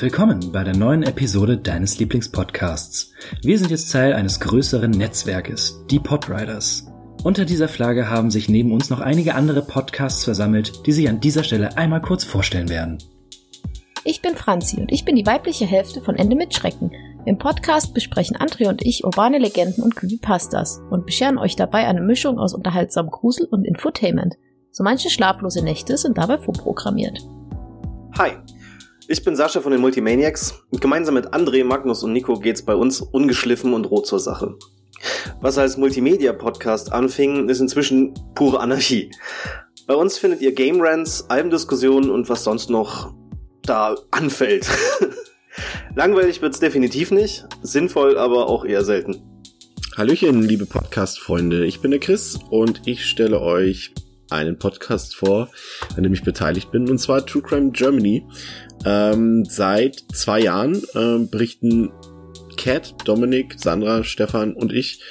Willkommen bei der neuen Episode deines Lieblingspodcasts. Wir sind jetzt Teil eines größeren Netzwerkes, die Podriders. Unter dieser Flagge haben sich neben uns noch einige andere Podcasts versammelt, die sich an dieser Stelle einmal kurz vorstellen werden. Ich bin Franzi und ich bin die weibliche Hälfte von Ende mit Schrecken. Im Podcast besprechen André und ich urbane Legenden und Creepypastas und bescheren euch dabei eine Mischung aus unterhaltsamem Grusel und Infotainment. So manche schlaflose Nächte sind dabei vorprogrammiert. Hi, ich bin Sascha von den Multimaniacs und gemeinsam mit André, Magnus und Nico geht's bei uns ungeschliffen und roh zur Sache. Was als Multimedia-Podcast anfing, ist inzwischen pure Anarchie. Bei uns findet ihr Game Rants, Albendiskussionen und was sonst noch da anfällt. Langweilig wird's definitiv nicht, sinnvoll aber auch eher selten. Hallöchen, liebe Podcast-Freunde, ich bin der Chris und ich stelle euch einen Podcast vor, an dem ich beteiligt bin, und zwar True Crime Germany. Seit 2 Jahren berichten Kat, Dominik, Sandra, Stefan und ich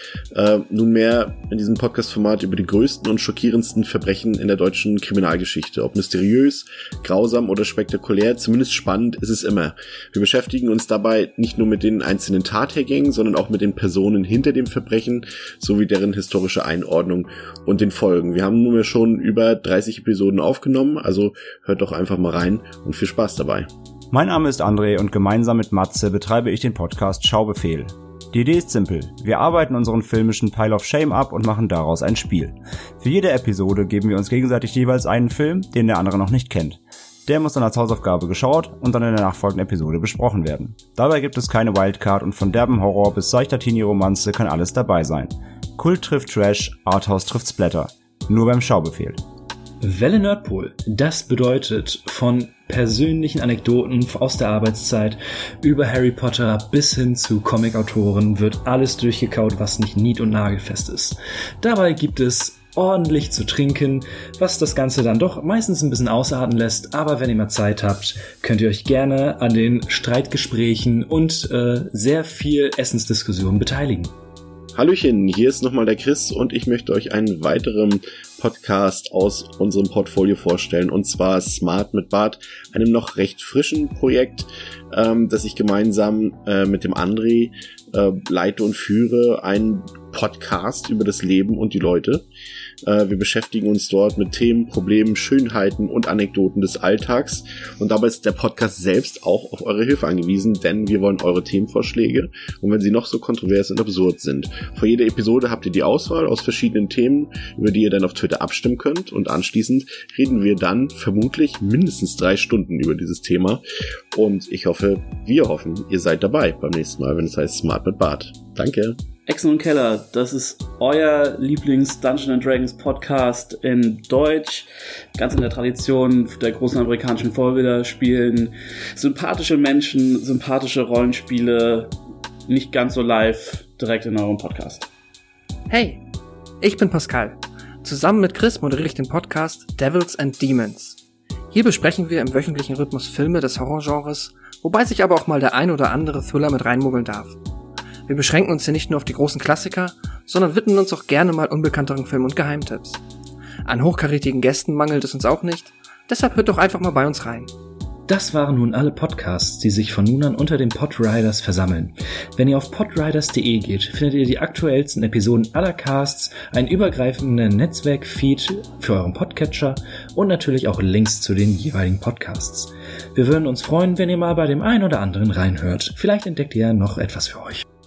nunmehr in diesem Podcast-Format über die größten und schockierendsten Verbrechen in der deutschen Kriminalgeschichte. Ob mysteriös, grausam oder spektakulär, zumindest spannend ist es immer. Wir beschäftigen uns dabei nicht nur mit den einzelnen Tathergängen, sondern auch mit den Personen hinter dem Verbrechen sowie deren historische Einordnung und den Folgen. Wir haben nunmehr schon über 30 Episoden aufgenommen, also hört doch einfach mal rein und viel Spaß dabei. Mein Name ist André und gemeinsam mit Matze betreibe ich den Podcast Schaubefehl. Die Idee ist simpel. Wir arbeiten unseren filmischen Pile of Shame ab und machen daraus ein Spiel. Für jede Episode geben wir uns gegenseitig jeweils einen Film, den der andere noch nicht kennt. Der muss dann als Hausaufgabe geschaut und dann in der nachfolgenden Episode besprochen werden. Dabei gibt es keine Wildcard und von derbem Horror bis seichter Teenie-Romanze kann alles dabei sein. Kult trifft Trash, Arthouse trifft Splatter. Nur beim Schaubefehl. Welle Nerdpool, das bedeutet von persönlichen Anekdoten aus der Arbeitszeit über Harry Potter bis hin zu Comicautoren wird alles durchgekaut, was nicht nied- und nagelfest ist. Dabei gibt es ordentlich zu trinken, was das Ganze dann doch meistens ein bisschen ausarten lässt, aber wenn ihr mal Zeit habt, könnt ihr euch gerne an den Streitgesprächen und sehr viel Essensdiskussionen beteiligen. Hallöchen, hier ist nochmal der Chris und ich möchte euch einen weiteren Podcast aus unserem Portfolio vorstellen, und zwar Smart mit Bart, einem noch recht frischen Projekt, das ich gemeinsam mit dem André leite und führe, einen Podcast über das Leben und die Leute. Wir beschäftigen uns dort mit Themen, Problemen, Schönheiten und Anekdoten des Alltags, und dabei ist der Podcast selbst auch auf eure Hilfe angewiesen, denn wir wollen eure Themenvorschläge, und wenn sie noch so kontrovers und absurd sind. Vor jeder Episode habt ihr die Auswahl aus verschiedenen Themen, über die ihr dann auf Twitter abstimmen könnt, und anschließend reden wir dann vermutlich mindestens 3 Stunden über dieses Thema, und wir hoffen, ihr seid dabei beim nächsten Mal, wenn es heißt Smart mit Bart. Danke! Echsen und Keller, das ist euer Lieblings-Dungeons & Dragons Podcast in Deutsch, ganz in der Tradition der großen amerikanischen Vorbilder, spielen sympathische Menschen, sympathische Rollenspiele, nicht ganz so live, direkt in eurem Podcast. Hey, ich bin Pascal. Zusammen mit Chris moderiere ich den Podcast Devils and Demons. Hier besprechen wir im wöchentlichen Rhythmus Filme des Horrorgenres, wobei sich aber auch mal der ein oder andere Thriller mit reinmogeln darf. Wir beschränken uns hier nicht nur auf die großen Klassiker, sondern widmen uns auch gerne mal unbekannteren Filmen und Geheimtipps. An hochkarätigen Gästen mangelt es uns auch nicht, deshalb hört doch einfach mal bei uns rein. Das waren nun alle Podcasts, die sich von nun an unter den Podriders versammeln. Wenn ihr auf podriders.de geht, findet ihr die aktuellsten Episoden aller Casts, einen übergreifenden Netzwerk-Feed für euren Podcatcher und natürlich auch Links zu den jeweiligen Podcasts. Wir würden uns freuen, wenn ihr mal bei dem einen oder anderen reinhört. Vielleicht entdeckt ihr ja noch etwas für euch.